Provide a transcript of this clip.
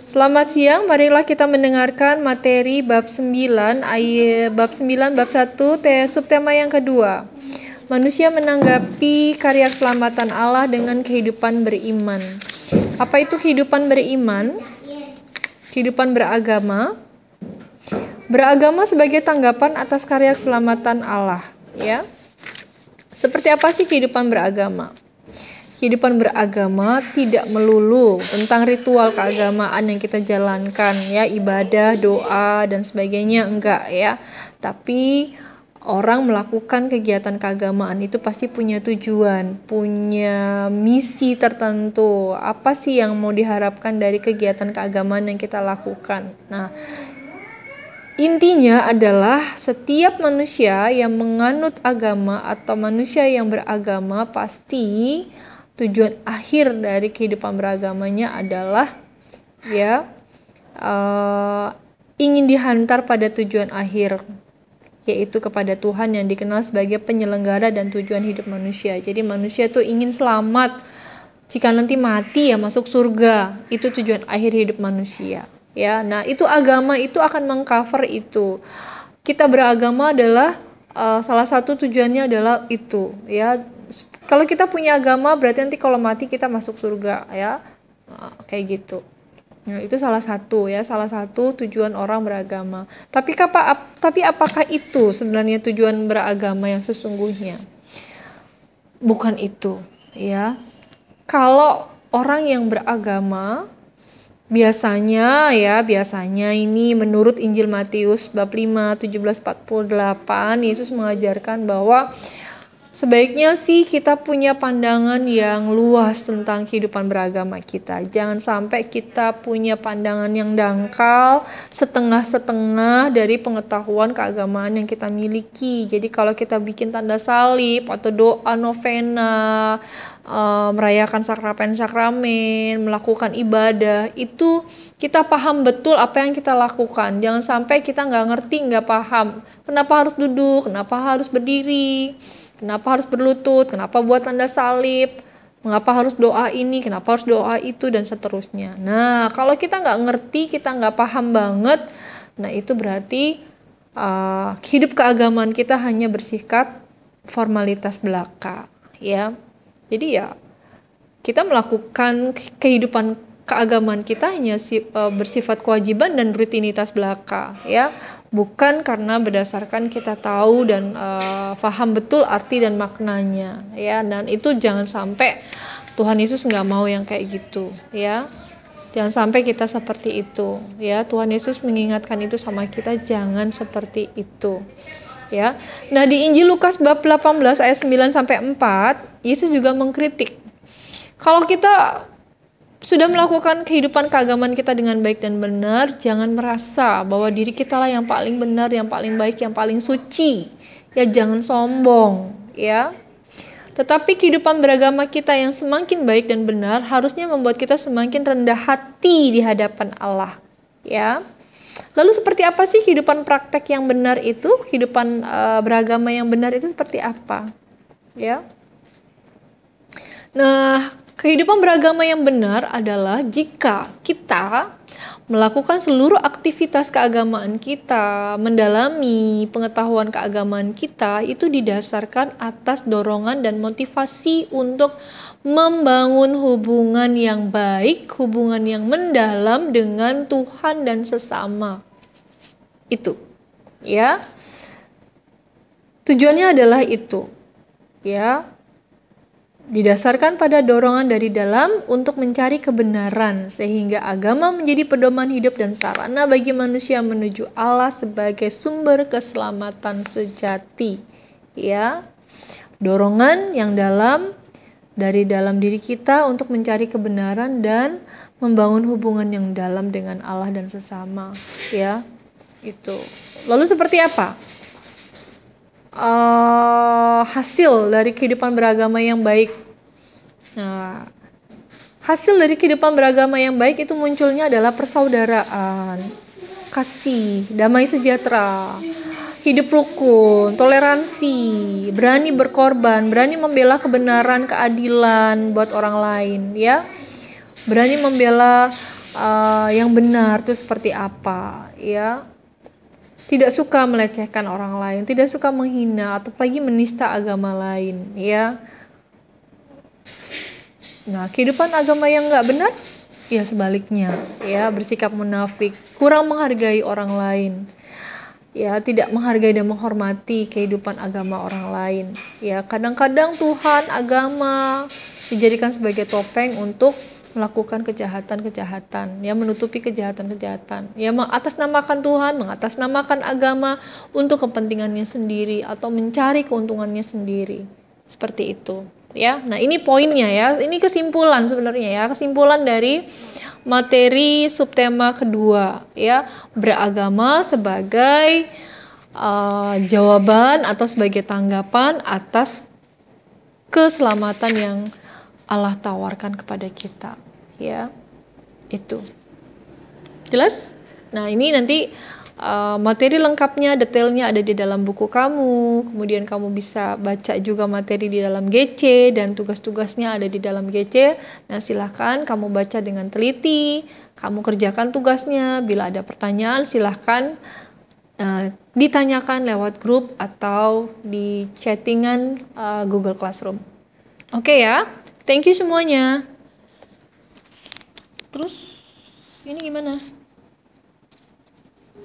Selamat siang, marilah kita mendengarkan materi bab 9, bab 1, subtema yang kedua. Manusia menanggapi karya keselamatan Allah dengan kehidupan beriman. Apa itu kehidupan beriman? Kehidupan beragama. Beragama sebagai tanggapan atas karya keselamatan Allah, ya. Seperti apa sih kehidupan beragama? Kehidupan beragama tidak melulu tentang ritual keagamaan yang kita jalankan, ya, ibadah, doa, dan sebagainya, enggak, ya. Tapi orang melakukan kegiatan keagamaan itu pasti punya tujuan, punya misi tertentu. Apa sih yang mau diharapkan dari kegiatan keagamaan yang kita lakukan? Nah, intinya adalah setiap manusia yang menganut agama atau manusia yang beragama pasti tujuan akhir dari kehidupan beragamanya adalah ingin dihantar pada tujuan akhir, yaitu kepada Tuhan yang dikenal sebagai penyelenggara dan tujuan hidup manusia. Jadi manusia tuh ingin selamat, jika nanti mati ya masuk surga. Itu tujuan akhir hidup manusia, ya. Nah, itu agama itu akan mengcover itu. Kita beragama adalah salah satu tujuannya adalah itu, ya. Kalau kita punya agama berarti nanti kalau mati kita masuk surga, ya. Kayak gitu. Nah, itu salah satu tujuan orang beragama. Tapi apakah itu sebenarnya tujuan beragama yang sesungguhnya? Bukan itu, ya. Kalau orang yang beragama biasanya ini menurut Injil Matius bab 5 17-48, Yesus mengajarkan bahwa sebaiknya sih kita punya pandangan yang luas tentang kehidupan beragama kita. Jangan sampai kita punya pandangan yang dangkal, setengah-setengah dari pengetahuan keagamaan yang kita miliki. Jadi kalau kita bikin tanda salib atau doa novena, merayakan sakramen-sakramen, melakukan ibadah, itu kita paham betul apa yang kita lakukan. Jangan sampai kita nggak ngerti, nggak paham. Kenapa harus duduk? Kenapa harus berdiri? Kenapa harus berlutut? Kenapa buat tanda salib? Mengapa harus doa ini? Kenapa harus doa itu? Dan seterusnya. Nah, kalau kita nggak ngerti, kita nggak paham banget, nah itu berarti hidup keagamaan kita hanya bersifat formalitas belaka, ya. Jadi ya, kita melakukan kehidupan keagamaan kita hanya bersifat kewajiban dan rutinitas belaka, ya. Bukan karena berdasarkan kita tahu dan paham betul arti dan maknanya, ya. Dan itu jangan sampai Tuhan Yesus nggak mau yang kayak gitu, ya. Jangan sampai kita seperti itu, ya. Tuhan Yesus mengingatkan itu sama kita, jangan seperti itu, ya. Nah, di Injil Lukas bab 18 ayat 9-4, Yesus juga mengkritik. Kalau kita sudah melakukan kehidupan keagamaan kita dengan baik dan benar, jangan merasa bahwa diri kita lah yang paling benar, yang paling baik, yang paling suci. Ya, jangan sombong, ya. Tetapi kehidupan beragama kita yang semakin baik dan benar harusnya membuat kita semakin rendah hati di hadapan Allah, ya. Lalu seperti apa sih kehidupan praktek yang benar itu? Kehidupan beragama yang benar itu seperti apa? Ya. Nah, kehidupan beragama yang benar adalah jika kita melakukan seluruh aktivitas keagamaan kita, mendalami pengetahuan keagamaan kita, itu didasarkan atas dorongan dan motivasi untuk membangun hubungan yang baik, hubungan yang mendalam dengan Tuhan dan sesama. Itu, ya. Tujuannya adalah itu, ya. Didasarkan pada dorongan dari dalam untuk mencari kebenaran, sehingga agama menjadi pedoman hidup dan sarana bagi manusia menuju Allah sebagai sumber keselamatan sejati, ya. Dorongan yang dalam dari dalam diri kita untuk mencari kebenaran dan membangun hubungan yang dalam dengan Allah dan sesama, ya. Itu. Lalu seperti apa hasil dari kehidupan beragama yang baik? Nah, hasil dari kehidupan beragama yang baik itu munculnya adalah persaudaraan, kasih, damai sejahtera, hidup rukun, toleransi, berani berkorban, berani membela kebenaran, keadilan buat orang lain, ya. Berani membela yang benar itu seperti apa, ya. Tidak suka melecehkan orang lain, tidak suka menghina atau apalagi menista agama lain, ya. Nah, kehidupan agama yang nggak benar, ya sebaliknya, ya, bersikap munafik, kurang menghargai orang lain, ya, tidak menghargai dan menghormati kehidupan agama orang lain, ya. Kadang-kadang Tuhan, agama dijadikan sebagai topeng untuk melakukan kejahatan-kejahatan, ya, menutupi kejahatan-kejahatan, ya, mengatasnamakan Tuhan, mengatasnamakan agama untuk kepentingannya sendiri atau mencari keuntungannya sendiri, seperti itu, ya. Nah, ini poinnya, ya, ini kesimpulan sebenarnya, ya, kesimpulan dari materi subtema kedua, ya, beragama sebagai jawaban atau sebagai tanggapan atas keselamatan yang Allah tawarkan kepada kita, ya. Itu jelas? Nah, ini nanti materi lengkapnya, detailnya ada di dalam buku kamu. Kemudian kamu bisa baca juga materi di dalam GC dan tugas-tugasnya ada di dalam GC. Nah, silahkan kamu baca dengan teliti, kamu kerjakan tugasnya. Bila ada pertanyaan, silahkan ditanyakan lewat grup atau di chattingan Google Classroom. Oke, ya. Thank you semuanya. Terus ini gimana?